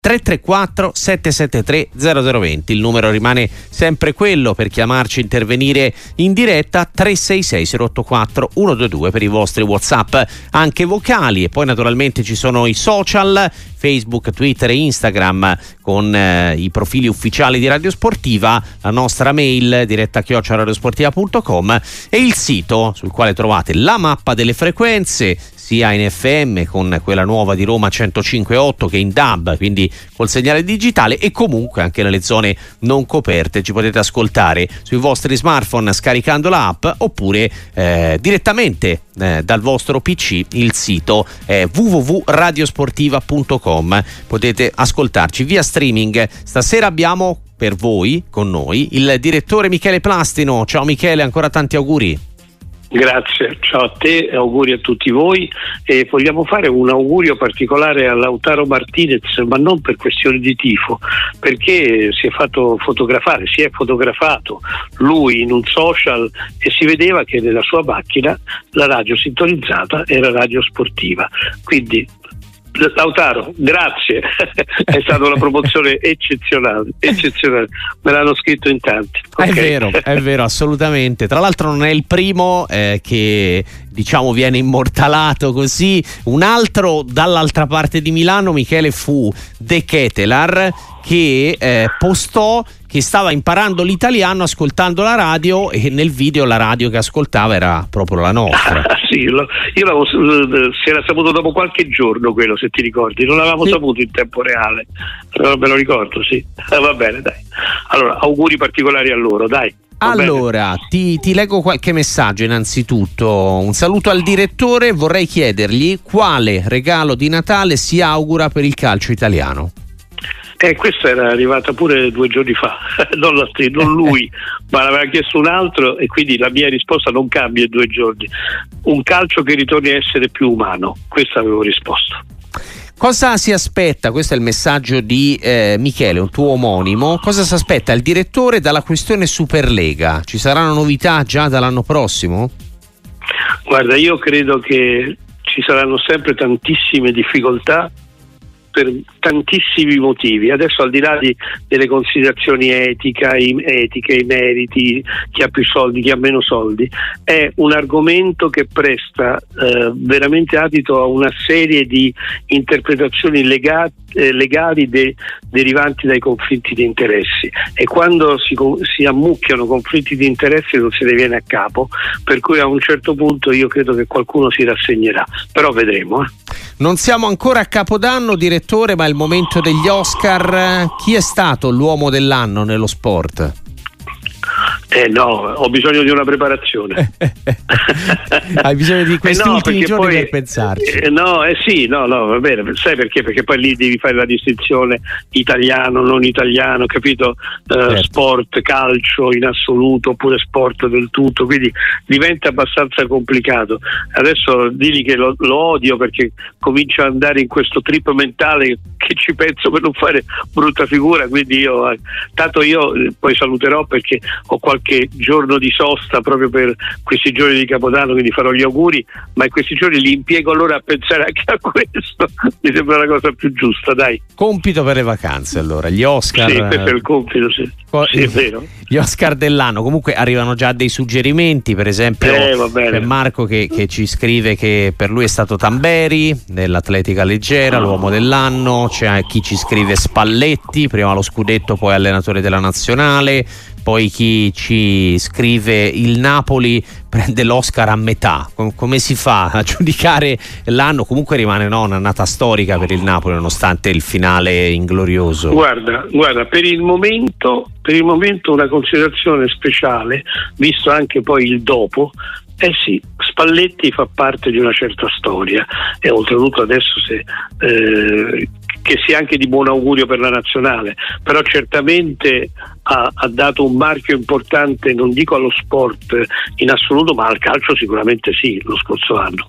334 773 0020. Il numero rimane sempre quello per chiamarci, intervenire in diretta. 366 084 122 per i vostri WhatsApp anche vocali. E poi naturalmente ci sono i social, Facebook, Twitter e Instagram con i profili ufficiali di Radio Sportiva, la nostra mail diretta@radiosportiva.com e il sito sul quale trovate la mappa delle frequenze sia in FM con quella nuova di Roma 105.8 che in DAB, quindi col segnale digitale, e comunque anche nelle zone non coperte ci potete ascoltare sui vostri smartphone scaricando l'app oppure direttamente dal vostro PC. Il sito è www.radiosportiva.com, potete ascoltarci via streaming. Stasera abbiamo per voi, con noi, il direttore Michele Plastino. Ciao Michele, ancora tanti auguri. Grazie, ciao a te e auguri a tutti voi, e vogliamo fare un augurio particolare a Lautaro Martinez, ma non per questioni di tifo, perché si è fotografato lui in un social e si vedeva che nella sua macchina la radio sintonizzata era Radio Sportiva, quindi Lautaro, grazie, è stata una promozione eccezionale, me l'hanno scritto in tanti. Okay. È vero, assolutamente. Tra l'altro non è il primo che diciamo viene immortalato così. Un altro dall'altra parte di Milano, Michele, fu De Ketelar, che postò che stava imparando l'italiano ascoltando la radio, e nel video la radio che ascoltava era proprio la nostra. Sì, io si era saputo dopo qualche giorno quello, se ti ricordi, non l'avevamo saputo in tempo reale, però me lo ricordo, sì. Va bene, dai. Allora, auguri particolari a loro, dai. Allora, ti leggo qualche messaggio. Innanzitutto un saluto al direttore, vorrei chiedergli quale regalo di Natale si augura per il calcio italiano. Questa era arrivata pure 2 giorni fa, non lui, ma l'aveva chiesto un altro, e quindi la mia risposta non cambia in 2 giorni. Un calcio che ritorni a essere più umano, questo avevo risposto. Cosa si aspetta? Questo è il messaggio di Michele, un tuo omonimo. Cosa si aspetta il direttore dalla questione Superlega? Ci saranno novità già dall'anno prossimo? Guarda, io credo che ci saranno sempre tantissime difficoltà per tantissimi motivi. Adesso, al di là delle considerazioni etiche, i meriti, chi ha più soldi, chi ha meno soldi, è un argomento che presta veramente adito a una serie di interpretazioni legali derivanti dai conflitti di interessi, e quando si ammucchiano conflitti di interessi non se ne viene a capo, per cui a un certo punto io credo che qualcuno si rassegnerà, però vedremo. Non siamo ancora a Capodanno, direttore, ma è il momento degli Oscar. Chi è stato l'uomo dell'anno nello sport? No, ho bisogno di una preparazione. Hai bisogno di questi ultimi giorni per pensarci. Va bene, sai perché? Perché poi lì devi fare la distinzione italiano, non italiano, capito? Certo. Sport, calcio in assoluto, oppure sport del tutto, quindi diventa abbastanza complicato. Adesso digli che lo odio, perché comincio ad andare in questo trip mentale che ci penso per non fare brutta figura, quindi tanto io poi saluterò, perché ho qualche giorno di sosta proprio per questi giorni di Capodanno, quindi farò gli auguri, ma in questi giorni li impiego allora a pensare anche a questo. Mi sembra la cosa più giusta, dai. Compito per le vacanze, allora, gli Oscar. Sì, per il compito, sì. Sì, è vero. Gli Oscar dell'anno, comunque arrivano già dei suggerimenti, per esempio c'è Marco che ci scrive che per lui è stato Tamberi nell'atletica leggera, l'uomo dell'anno. C'è chi ci scrive Spalletti, prima lo scudetto poi allenatore della nazionale. Poi chi ci scrive il Napoli prende l'Oscar a metà. Come si fa a giudicare l'anno? Comunque rimane un'annata storica per il Napoli, nonostante il finale inglorioso. Guarda, per il momento una considerazione speciale, visto anche poi il dopo. Sì, Spalletti fa parte di una certa storia, e oltretutto adesso che sia anche di buon augurio per la nazionale, però certamente ha dato un marchio importante, non dico allo sport in assoluto, ma al calcio sicuramente sì, lo scorso anno.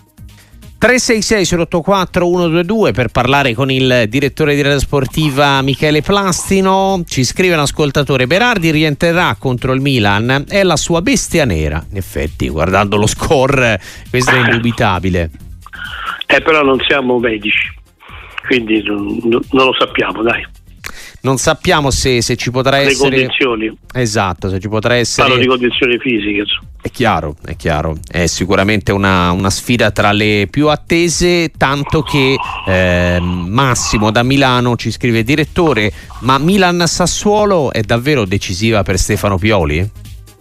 366-084-122 per parlare con il direttore di Radio Sportiva Michele Plastino. Ci scrive un ascoltatore: Berardi rientrerà contro il Milan, è la sua bestia nera. In effetti, guardando lo score, questo è indubitabile. Però non siamo medici. quindi non lo sappiamo, dai. Non sappiamo se ci potrà essere le condizioni. Esatto, se ci potrà essere. Parlo di condizioni fisiche. È chiaro. È sicuramente una sfida tra le più attese, tanto che Massimo da Milano ci scrive: direttore, ma Milan-Sassuolo è davvero decisiva per Stefano Pioli?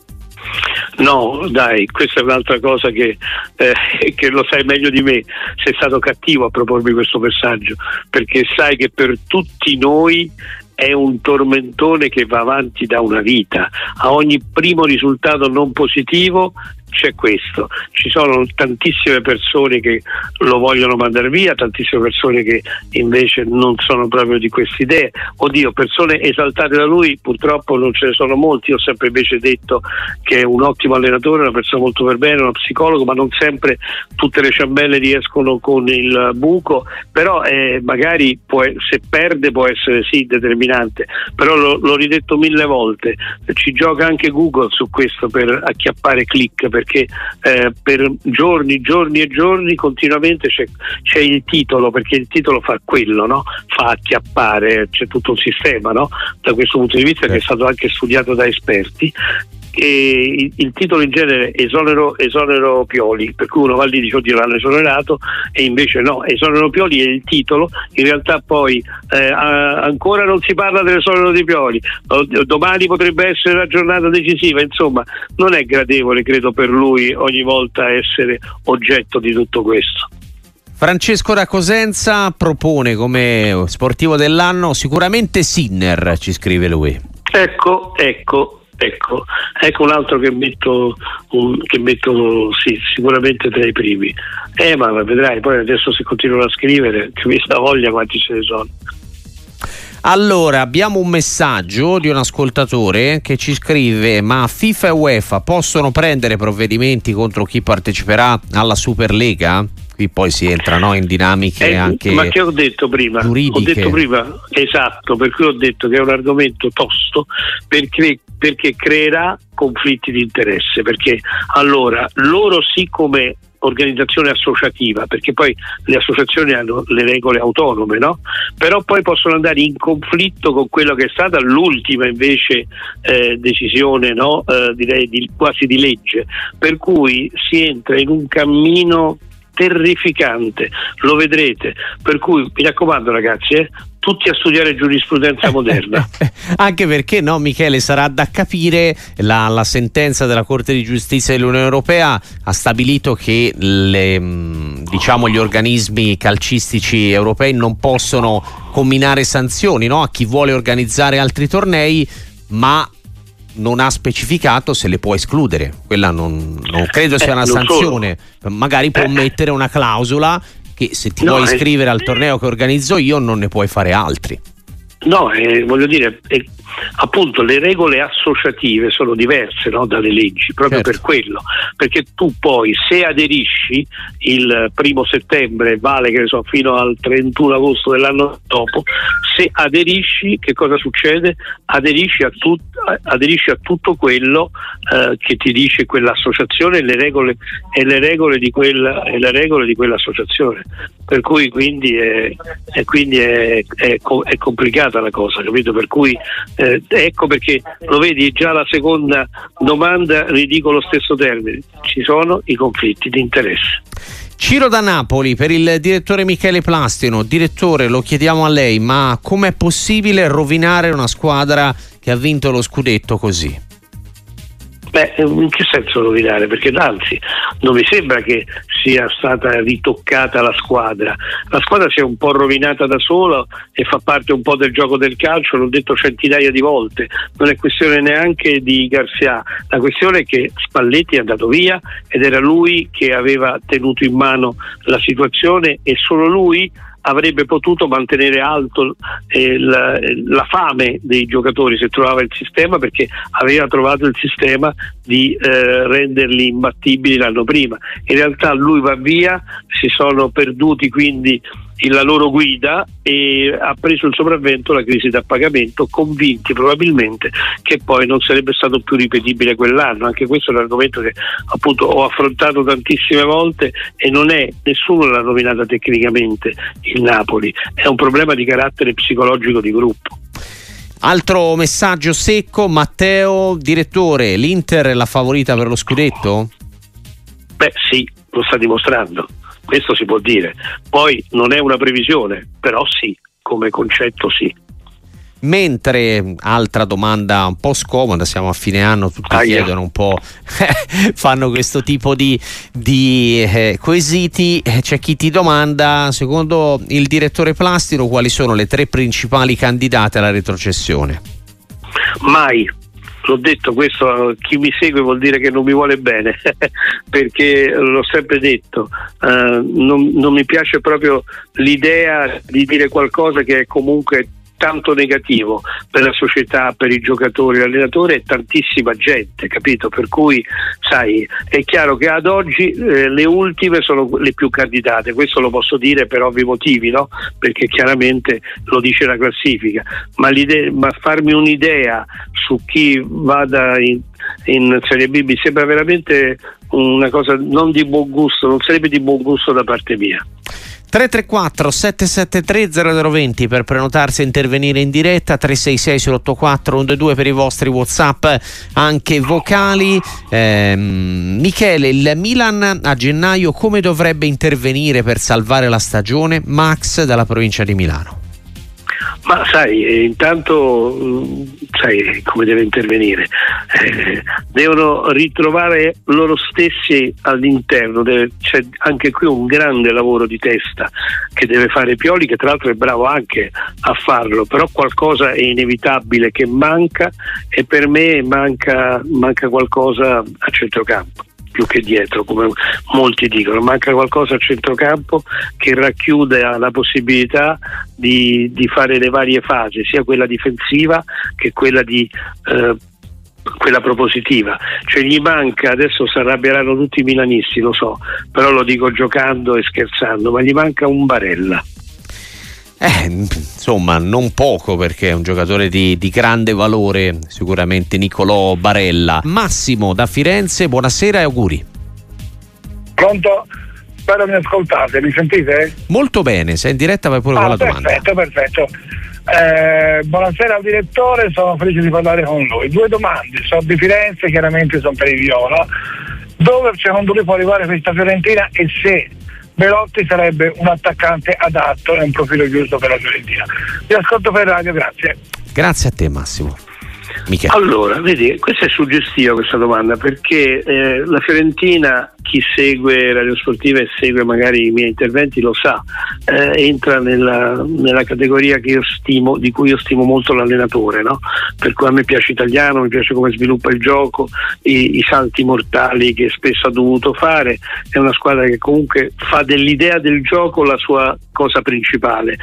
No, dai, questa è un'altra cosa che lo sai meglio di me. Sei stato cattivo a propormi questo messaggio, perché sai che per tutti noi è un tormentone che va avanti da una vita. A ogni primo risultato non positivo c'è questo. Ci sono tantissime persone che lo vogliono mandare via, tantissime persone che invece non sono proprio di queste idee. Oddio, persone esaltate da lui purtroppo non ce ne sono molti. Io ho sempre invece detto che è un ottimo allenatore, una persona molto per bene, uno psicologo, ma non sempre tutte le ciambelle riescono con il buco. Però magari se perde può essere sì determinante, però l'ho ridetto 1000 volte, ci gioca anche Google su questo per acchiappare click, perché per giorni e giorni continuamente c'è il titolo, perché il titolo fa quello, no? Fa acchiappare, c'è tutto un sistema, no? Da questo punto di vista che è stato anche studiato da esperti. E il titolo in genere esonero Pioli, per cui uno va lì e dice oddio l'hanno esonerato, e invece no, esonero Pioli è il titolo. In realtà poi ancora non si parla dell'esonero di Pioli, domani potrebbe essere la giornata decisiva. Insomma, non è gradevole, credo, per lui ogni volta essere oggetto di tutto questo. Francesco da Cosenza propone come sportivo dell'anno sicuramente Sinner, ci scrive lui. Ecco un altro che metto sì, sicuramente tra i primi. Ma vedrai, poi adesso se continuano a scrivere, che mi sta voglia quanti ce ne sono. Allora, abbiamo un messaggio di un ascoltatore che ci scrive: ma FIFA e UEFA possono prendere provvedimenti contro chi parteciperà alla Superlega? Qui poi si entra, no, in dinamiche anche ma che ho detto prima? Giuridiche. Ho detto prima, esatto, per cui ho detto che è un argomento tosto, perché creerà conflitti di interesse, perché allora loro sì come organizzazione associativa, perché poi le associazioni hanno le regole autonome, no? Però poi possono andare in conflitto con quello che è stata l'ultima invece decisione, no? Direi quasi di legge, per cui si entra in un cammino terrificante, lo vedrete, per cui mi raccomando ragazzi, tutti a studiare giurisprudenza moderna. Anche perché, no, Michele, sarà da capire, la sentenza della Corte di Giustizia dell'Unione Europea ha stabilito che gli organismi calcistici europei non possono comminare sanzioni, no, a chi vuole organizzare altri tornei, ma non ha specificato se le può escludere. Quella non credo sia una sanzione. Magari può mettere una clausola che se ti vuoi iscrivere al torneo che organizzo io non ne puoi fare altri. No, voglio dire, appunto le regole associative sono diverse, no, dalle leggi, proprio per quello, perché tu poi se aderisci il 1° settembre, vale che ne so fino al 31 agosto dell'anno dopo, se aderisci che cosa succede? Aderisci a tutto quello che ti dice quell'associazione e le regole di quell'associazione, per cui quindi è complicata la cosa, capito? Per cui ecco perché lo vedi, già la seconda domanda ridico lo stesso termine, ci sono i conflitti di interesse. Ciro da Napoli per il direttore Michele Plastino. Direttore, lo chiediamo a lei, ma com'è possibile rovinare una squadra che ha vinto lo scudetto così? In che senso rovinare? Perché anzi non mi sembra che sia stata ritoccata la squadra si è un po' rovinata da sola e fa parte un po' del gioco del calcio, l'ho detto centinaia di volte, non è questione neanche di Garcia, la questione è che Spalletti è andato via ed era lui che aveva tenuto in mano la situazione e solo lui avrebbe potuto mantenere alto la fame dei giocatori se trovava il sistema, perché aveva trovato il sistema di renderli imbattibili l'anno prima. In realtà lui va via, si sono perduti quindi la loro guida, e ha preso il sopravvento la crisi da pagamento, convinti probabilmente che poi non sarebbe stato più ripetibile quell'anno. Anche questo è un argomento che appunto ho affrontato tantissime volte, e nessuno l'ha nominata tecnicamente il Napoli, è un problema di carattere psicologico di gruppo. Altro messaggio secco, Matteo, direttore, l'Inter è la favorita per lo scudetto? Beh sì, lo sta dimostrando, questo si può dire, poi non è una previsione, però sì, come concetto sì. Mentre, altra domanda un po' scomoda, siamo a fine anno, tutti chiedono un po', fanno questo tipo di quesiti, c'è chi ti domanda, secondo il direttore Plastino, quali sono le 3 principali candidate alla retrocessione? Mai. L'ho detto, questo chi mi segue vuol dire che non mi vuole bene perché l'ho sempre detto, non mi piace proprio l'idea di dire qualcosa che è comunque tanto negativo per la società, per i giocatori, l'allenatore e tantissima gente, capito? Per cui sai, è chiaro che ad oggi le ultime sono le più candidate, questo lo posso dire per ovvi motivi, no? Perché chiaramente lo dice la classifica, ma farmi un'idea su chi vada in Serie B mi sembra veramente una cosa non di buon gusto, non sarebbe di buon gusto da parte mia. 334 773 0020 per prenotarsi e intervenire in diretta, 366 084 122 per i vostri WhatsApp anche vocali. Michele, il Milan a gennaio come dovrebbe intervenire per salvare la stagione? Max dalla provincia di Milano. Ma sai, intanto sai come deve intervenire, devono ritrovare loro stessi all'interno, c'è anche qui un grande lavoro di testa che deve fare Pioli, che tra l'altro è bravo anche a farlo, però qualcosa è inevitabile che manca, e per me manca qualcosa a centrocampo più che dietro, come molti dicono, manca qualcosa a centrocampo che racchiude la possibilità di fare le varie fasi, sia quella difensiva che quella quella propositiva. Cioè gli manca, adesso si arrabbieranno tutti i milanisti, lo so, però lo dico giocando e scherzando, ma gli manca un Barella. Insomma, non poco, perché è un giocatore di grande valore sicuramente, Nicolò Barella. Massimo da Firenze, buonasera e auguri. Pronto? Spero mi ascoltate, mi sentite? Molto bene, sei in diretta, vai pure con la domanda. Perfetto. Buonasera al direttore, sono felice di parlare con lui. 2 domande, sono di Firenze, chiaramente sono per il Viola. Dove secondo lui può arrivare questa Fiorentina, e se Belotti sarebbe un attaccante adatto e un profilo giusto per la Fiorentina? Vi ascolto per radio, grazie. Grazie a te Massimo. Michele. Allora, vedi, questa è suggestiva questa domanda, perché la Fiorentina, chi segue Radio Sportiva e segue magari i miei interventi lo sa, entra nella categoria che io stimo, di cui io stimo molto l'allenatore, no? Per cui a me piace Italiano, mi piace come sviluppa il gioco, i salti mortali che spesso ha dovuto fare. È una squadra che comunque fa dell'idea del gioco la sua cosa principale,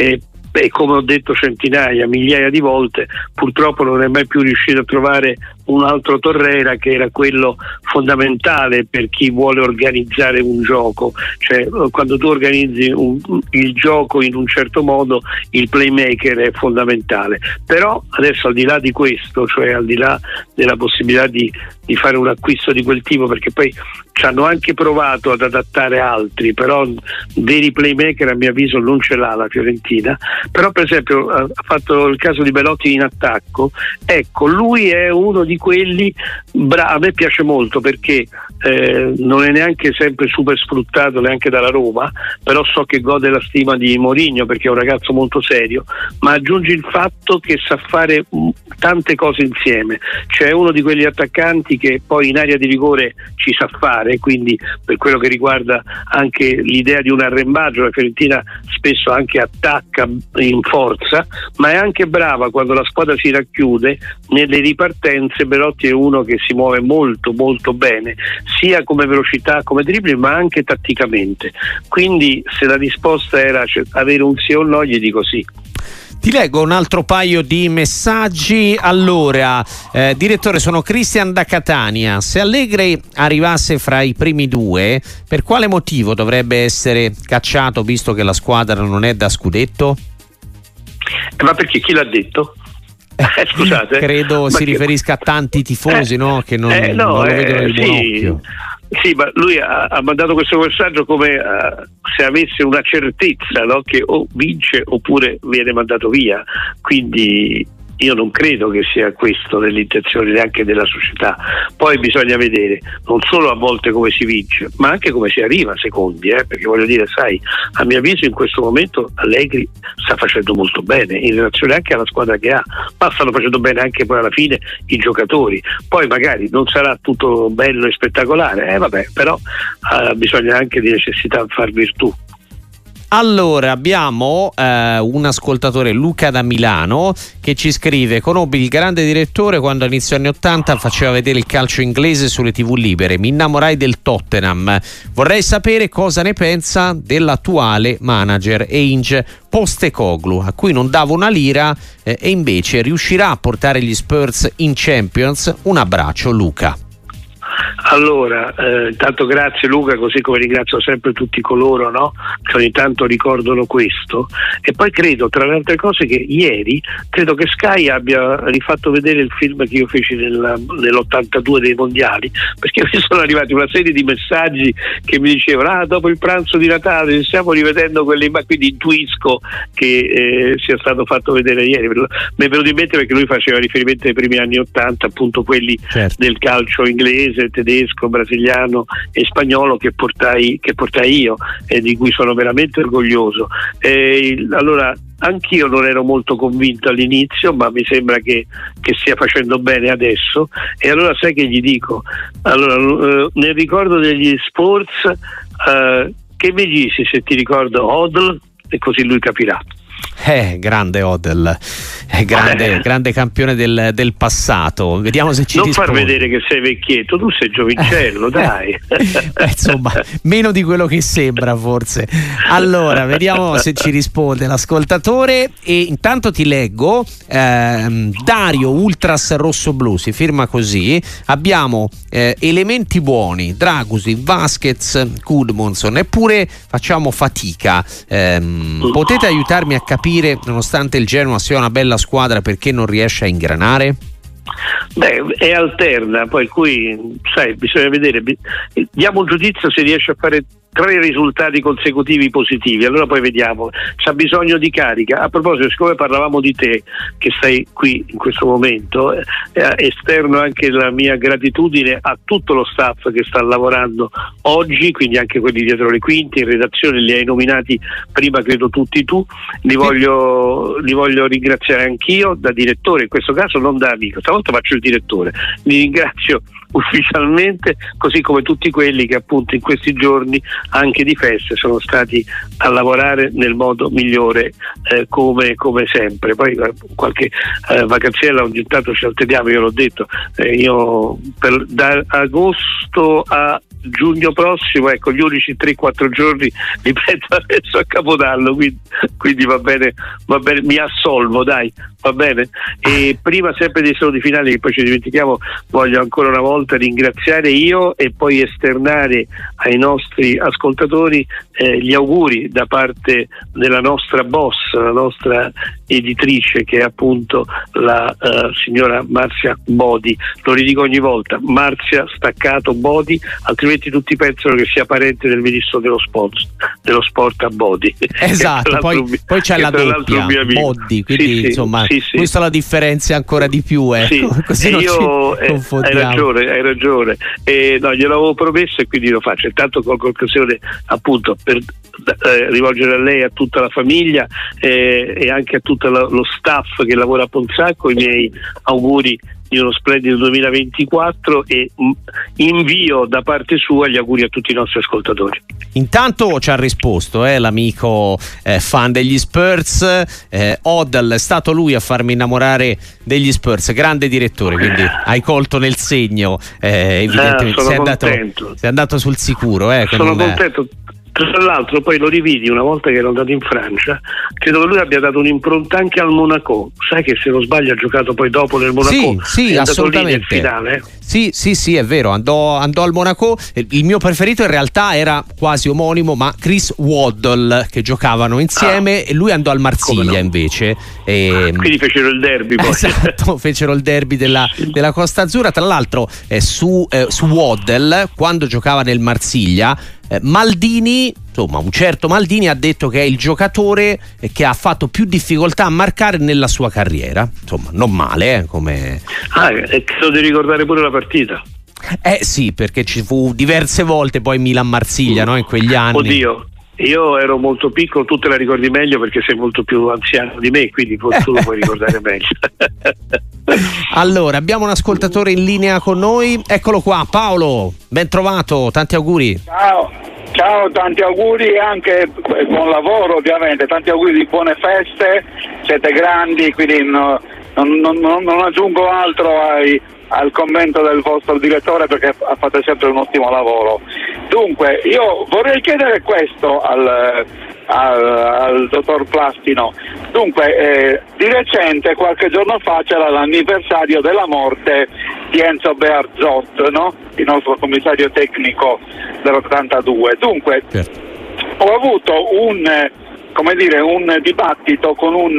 e come ho detto migliaia di volte, purtroppo non è mai più riuscito a trovare un altro Torreira, che era quello fondamentale per chi vuole organizzare un gioco. Cioè, quando tu organizzi il gioco in un certo modo, il playmaker è fondamentale. Però adesso, al di là di questo, cioè al di là della possibilità di fare un acquisto di quel tipo, perché poi ci hanno anche provato ad adattare altri, però veri playmaker a mio avviso non ce l'ha la Fiorentina. Però per esempio ha fatto il caso di Belotti in attacco, ecco, lui è uno di quelli a me piace molto, perché non è neanche sempre super sfruttato neanche dalla Roma, però so che gode la stima di Mourinho perché è un ragazzo molto serio, ma aggiungi il fatto che sa fare tante cose insieme, cioè uno di quegli attaccanti che poi in area di rigore ci sa fare, quindi per quello che riguarda anche l'idea di un arrembaggio, la Fiorentina spesso anche attacca in forza, ma è anche brava quando la squadra si racchiude nelle ripartenze. Belotti è uno che si muove molto molto bene, sia come velocità, come dribbling, ma anche tatticamente. Quindi se la risposta era avere un sì o no, gli dico sì. Ti leggo un altro paio di messaggi. Allora, direttore, sono Cristian da Catania. Se Allegri arrivasse fra i primi due, per quale motivo dovrebbe essere cacciato, visto che la squadra non è da scudetto? Ma perché chi l'ha detto? Scusate, credo si riferisca a tanti tifosi, no? Che non lo vedono di buon occhio. Sì, ma lui ha mandato questo messaggio come se avesse una certezza, no? Che o vince oppure viene mandato via. Quindi io non credo che sia questo nell'intenzione neanche della società. Poi bisogna vedere non solo a volte come si vince, ma anche come si arriva secondi, perché voglio dire, sai, a mio avviso in questo momento Allegri sta facendo molto bene in relazione anche alla squadra che ha, ma stanno facendo bene anche poi alla fine i giocatori. Poi magari non sarà tutto bello e spettacolare, però bisogna anche di necessità far virtù. Allora, abbiamo un ascoltatore, Luca da Milano, che ci scrive: conobbi il grande direttore quando all'inizio anni 80 faceva vedere il calcio inglese sulle TV libere, mi innamorai del Tottenham, vorrei sapere cosa ne pensa dell'attuale manager Ainge Postecoglou, a cui non dava una lira e invece riuscirà a portare gli Spurs in Champions. Un abbraccio, Luca. Allora, intanto grazie Luca, così come ringrazio sempre tutti coloro, no, che ogni tanto ricordano questo. E poi credo, tra le altre cose, che ieri credo che Sky abbia rifatto vedere il film che io feci nell'82 dei mondiali, perché mi sono arrivati una serie di messaggi che mi dicevano dopo il pranzo di Natale stiamo rivedendo quelle immagini, quindi intuisco che sia stato fatto vedere ieri. Mi è venuto in mente perché lui faceva riferimento ai primi anni 80, appunto quelli del calcio inglese, tedesco, brasiliano e spagnolo che portai io e di cui sono veramente orgoglioso. Allora anch'io non ero molto convinto all'inizio, ma mi sembra che stia facendo bene adesso. E allora sai che gli dico? Allora, nel ricordo degli Spurs, che mi dici se ti ricordo Odell, e così lui capirà. Grande Odell, grande campione del passato. Vediamo se ci risponde. Non far vedere che sei vecchietto, tu sei giovincello, dai. Insomma, meno di quello che sembra forse. Allora, vediamo se ci risponde l'ascoltatore. E intanto ti leggo Dario Ultras Rosso Blu, si firma così: abbiamo elementi buoni, Dragusin, Vasquez, Gudmundsson, eppure facciamo fatica. Potete aiutarmi a capire, nonostante il Genoa sia una bella squadra, perché non riesce a ingranare? È alterna, poi qui sai, bisogna vedere, diamo un giudizio se riesce a fare 3 risultati consecutivi positivi, allora poi vediamo. C'ha bisogno di carica. A proposito, siccome parlavamo di te che stai qui in questo momento, esterno anche la mia gratitudine a tutto lo staff che sta lavorando oggi, quindi anche quelli dietro le quinte in redazione, li hai nominati prima credo tutti tu, li voglio ringraziare anch'io da direttore, in questo caso non da amico, stavolta faccio il direttore, li ringrazio ufficialmente, così come tutti quelli che appunto in questi giorni anche di feste sono stati a lavorare nel modo migliore, come sempre. Poi qualche vacanziella ogni tanto ci alteriamo, io l'ho detto, io da agosto a giugno prossimo, ecco, gli unici 3-4 giorni li prendo adesso a Capodanno, quindi va bene, mi assolvo, dai, va bene. E prima sempre dei saluti finali, che poi ci dimentichiamo, voglio ancora una volta ringraziare io e poi esternare ai nostri ascoltatori gli auguri da parte della nostra boss, la nostra editrice, che è appunto la signora Marzia Bodi. Lo ridico ogni volta, Marzia Staccato Bodi, altrimenti tutti pensano che sia parente del ministro dello sport a Bodi. Esatto, poi c'è la doppia Bodi, quindi sì, insomma sì. Questa la differenzia ancora di più, così non ci confondiamo. Hai ragione. No, glielo avevo promesso e quindi lo faccio. Intanto colgo l'occasione appunto per rivolgere a lei, a tutta la famiglia e anche a tutto lo staff che lavora a Ponsacco i miei auguri di uno splendido 2024 e invio da parte sua gli auguri a tutti i nostri ascoltatori. Intanto ci ha risposto l'amico fan degli Spurs, Odell, è stato lui a farmi innamorare degli Spurs, grande direttore, quindi hai colto nel segno, evidentemente sei andato sul sicuro. Sono contento. Tra l'altro poi lo rividi una volta che ero andato in Francia, credo che lui abbia dato un'impronta anche al Monaco, sai che se non sbaglio ha giocato poi dopo nel Monaco, sì, assolutamente. Lì nel finale. Sì, è vero, andò al Monaco. Il mio preferito in realtà era quasi omonimo, ma Chris Waddle, che giocavano insieme, e lui andò al Marsiglia invece. Quindi fecero il derby poi. Esatto, fecero il derby della Costa Azzurra. Tra l'altro su Waddle, quando giocava nel Marsiglia, Maldini, insomma un certo Maldini, ha detto che è il giocatore che ha fatto più difficoltà a marcare nella sua carriera. Insomma, non male come... e credo di ricordare pure la partita. Sì, perché ci fu diverse volte poi Milan-Marsiglia, no, in quegli anni. Oddio, io ero molto piccolo, tu te la ricordi meglio perché sei molto più anziano di me, quindi tu lo puoi ricordare meglio. Allora, abbiamo un ascoltatore in linea con noi, eccolo qua, Paolo, ben trovato, tanti auguri. Ciao, tanti auguri, anche buon lavoro ovviamente, tanti auguri di buone feste, siete grandi, quindi non aggiungo altro al commento del vostro direttore, perché fate sempre un ottimo lavoro. Dunque, io vorrei chiedere questo al dottor Plastino. Dunque, di recente, qualche giorno fa, c'era l'anniversario della morte di Enzo Bearzot, no? Il nostro commissario tecnico dell'82. Dunque, ho avuto un dibattito con un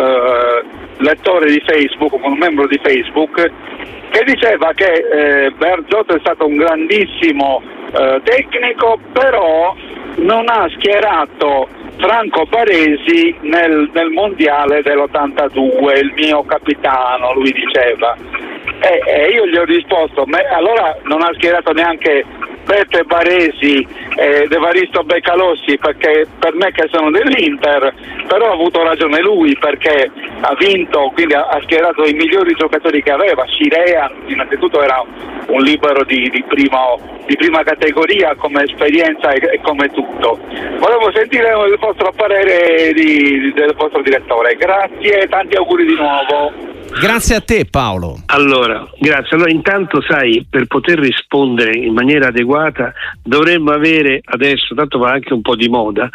lettore di Facebook, con un membro di Facebook, che diceva che Bearzot è stato un grandissimo tecnico, però non ha schierato Franco Baresi nel mondiale dell'82, il mio capitano, lui diceva. E io gli ho risposto, allora non ha schierato neanche Beppe Baresi ed Evaristo Beccalossi, perché per me che sono dell'Inter, però ha avuto ragione lui, perché ha vinto, quindi ha schierato i migliori giocatori che aveva. Scirea innanzitutto era un libero di prima categoria come esperienza e come tutto. Volevo sentire il vostro parere del vostro direttore. Grazie e tanti auguri di nuovo. Grazie a te, Paolo. Allora, grazie. Allora, intanto, sai, per poter rispondere in maniera adeguata dovremmo avere adesso, tanto va anche un po' di moda,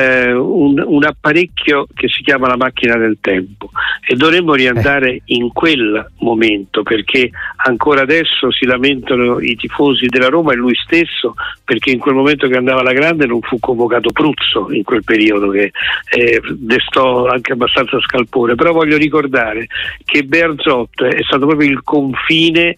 un apparecchio che si chiama la macchina del tempo, e dovremmo riandare in quel momento, perché ancora adesso si lamentano i tifosi della Roma e lui stesso, perché in quel momento che andava alla grande non fu convocato Pruzzo, in quel periodo, che destò anche abbastanza scalpore. Però voglio ricordare che Bearzot è stato proprio il confine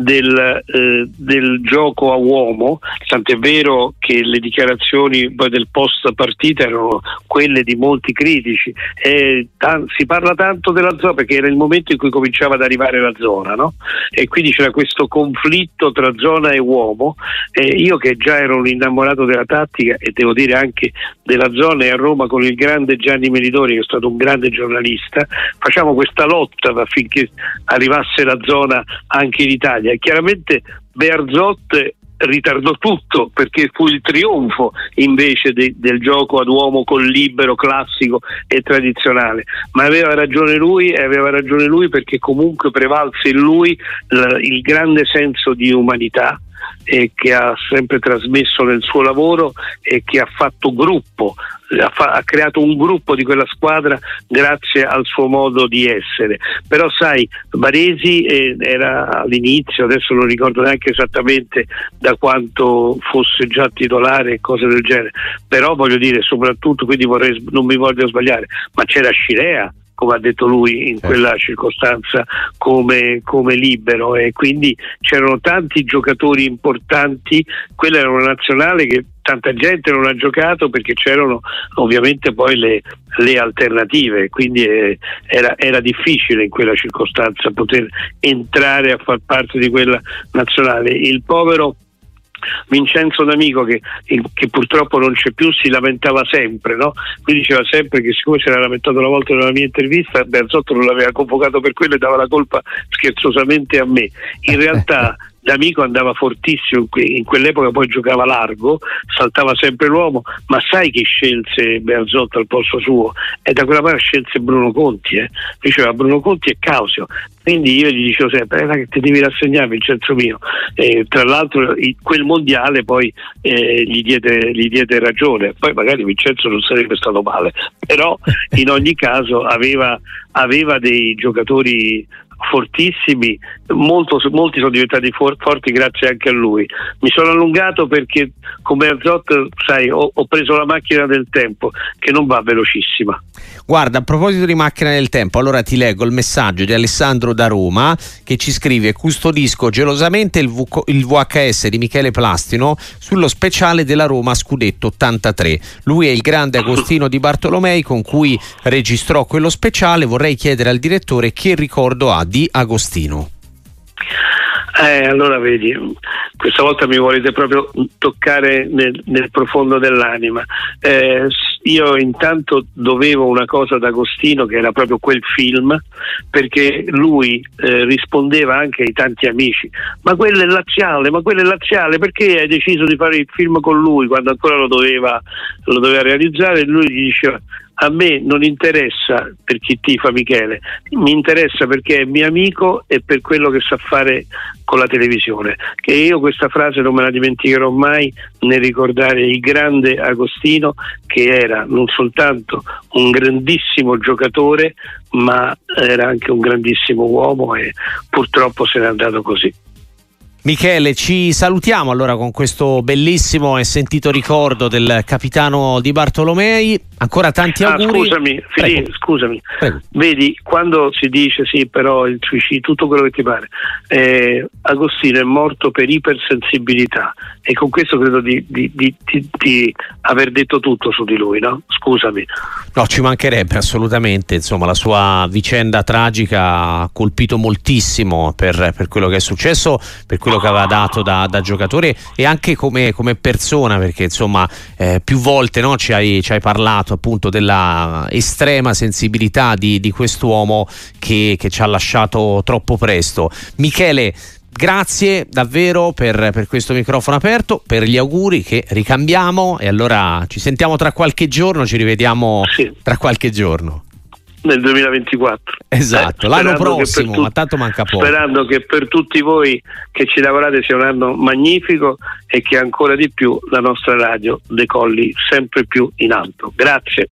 del gioco a uomo, tant'è vero che le dichiarazioni poi del post partita erano quelle di molti critici, si parla tanto della zona perché era il momento in cui cominciava ad arrivare la zona, no? E quindi c'era questo conflitto tra zona e uomo, io che già ero un innamorato della tattica e devo dire anche della zona, e a Roma con il grande Gianni Melidori, che è stato un grande giornalista, facciamo questa lotta affinché arrivasse la zona anche in Italia. E chiaramente Bearzot ritardò tutto, perché fu il trionfo invece del gioco ad uomo col libero classico e tradizionale, ma aveva ragione lui perché comunque prevalse in lui il grande senso di umanità che ha sempre trasmesso nel suo lavoro e che ha fatto gruppo, ha creato un gruppo di quella squadra grazie al suo modo di essere. Però sai, Baresi era all'inizio, adesso non ricordo neanche esattamente da quanto fosse già titolare e cose del genere, però voglio dire, soprattutto, quindi non mi voglio sbagliare, ma c'era Scirea, come ha detto lui in quella circostanza, come libero, e quindi c'erano tanti giocatori importanti. Quella era una nazionale che tanta gente non ha giocato perché c'erano ovviamente poi le alternative, quindi era difficile in quella circostanza poter entrare a far parte di quella nazionale. Il povero Vincenzo D'Amico, che purtroppo non c'è più, si lamentava sempre, no? Quindi diceva sempre che, siccome si era lamentato una volta nella mia intervista, Bearzot non l'aveva convocato per quello e dava la colpa scherzosamente a me. In realtà D'Amico andava fortissimo in quell'epoca, poi giocava largo, saltava sempre l'uomo, ma sai chi scelse Bearzot al posto suo? E da quella parte scelse Bruno Conti, diceva Bruno Conti e Causio. quindi io gli dicevo sempre che ti devi rassegnare, Vincenzo mio. Tra l'altro quel mondiale poi gli diede ragione, poi magari Vincenzo non sarebbe stato male, però in ogni caso aveva dei giocatori fortissimi, molti sono diventati forti grazie anche a lui. Mi sono allungato perché come Arzot, sai, ho preso la macchina del tempo che non va velocissima. Guarda, a proposito di macchina del tempo, allora ti leggo il messaggio di Alessandro da Roma che ci scrive: custodisco gelosamente il VHS di Michele Plastino sullo speciale della Roma Scudetto 83. Lui è il grande Agostino Di Bartolomei con cui registrò quello speciale. Vorrei chiedere al direttore che ricordo ha di Agostino. Allora vedi, questa volta mi volete proprio toccare nel profondo dell'anima. Io intanto dovevo una cosa ad Agostino, che era proprio quel film, perché lui rispondeva anche ai tanti amici: ma quello è laziale, perché hai deciso di fare il film con lui quando ancora lo doveva realizzare? E lui gli diceva: a me non interessa per chi tifa Michele, mi interessa perché è mio amico e per quello che sa fare con la televisione. Che io questa frase non me la dimenticherò mai nel ricordare il grande Agostino, che era non soltanto un grandissimo giocatore, ma era anche un grandissimo uomo, e purtroppo se n'è andato così. Michele, ci salutiamo allora con questo bellissimo e sentito ricordo del capitano Di Bartolomei. Ancora tanti auguri. Scusami. Prego. Vedi, quando si dice sì, però il suicidio, tutto quello che ti pare, Agostino è morto per ipersensibilità, e con questo credo di aver detto tutto su di lui, no? Scusami. No, ci mancherebbe assolutamente. Insomma, la sua vicenda tragica ha colpito moltissimo per quello che è successo, per quello che aveva dato da giocatore e anche come persona, perché insomma più volte, no, ci hai parlato appunto della estrema sensibilità di quest'uomo che ci ha lasciato troppo presto. Michele, grazie davvero per questo microfono aperto, per gli auguri che ricambiamo, e allora ci sentiamo tra qualche giorno, ci rivediamo tra qualche giorno. Nel 2024. Esatto, l'anno prossimo, ma tanto manca poco. Sperando che per tutti voi che ci lavorate sia un anno magnifico e che ancora di più la nostra radio decolli sempre più in alto. Grazie.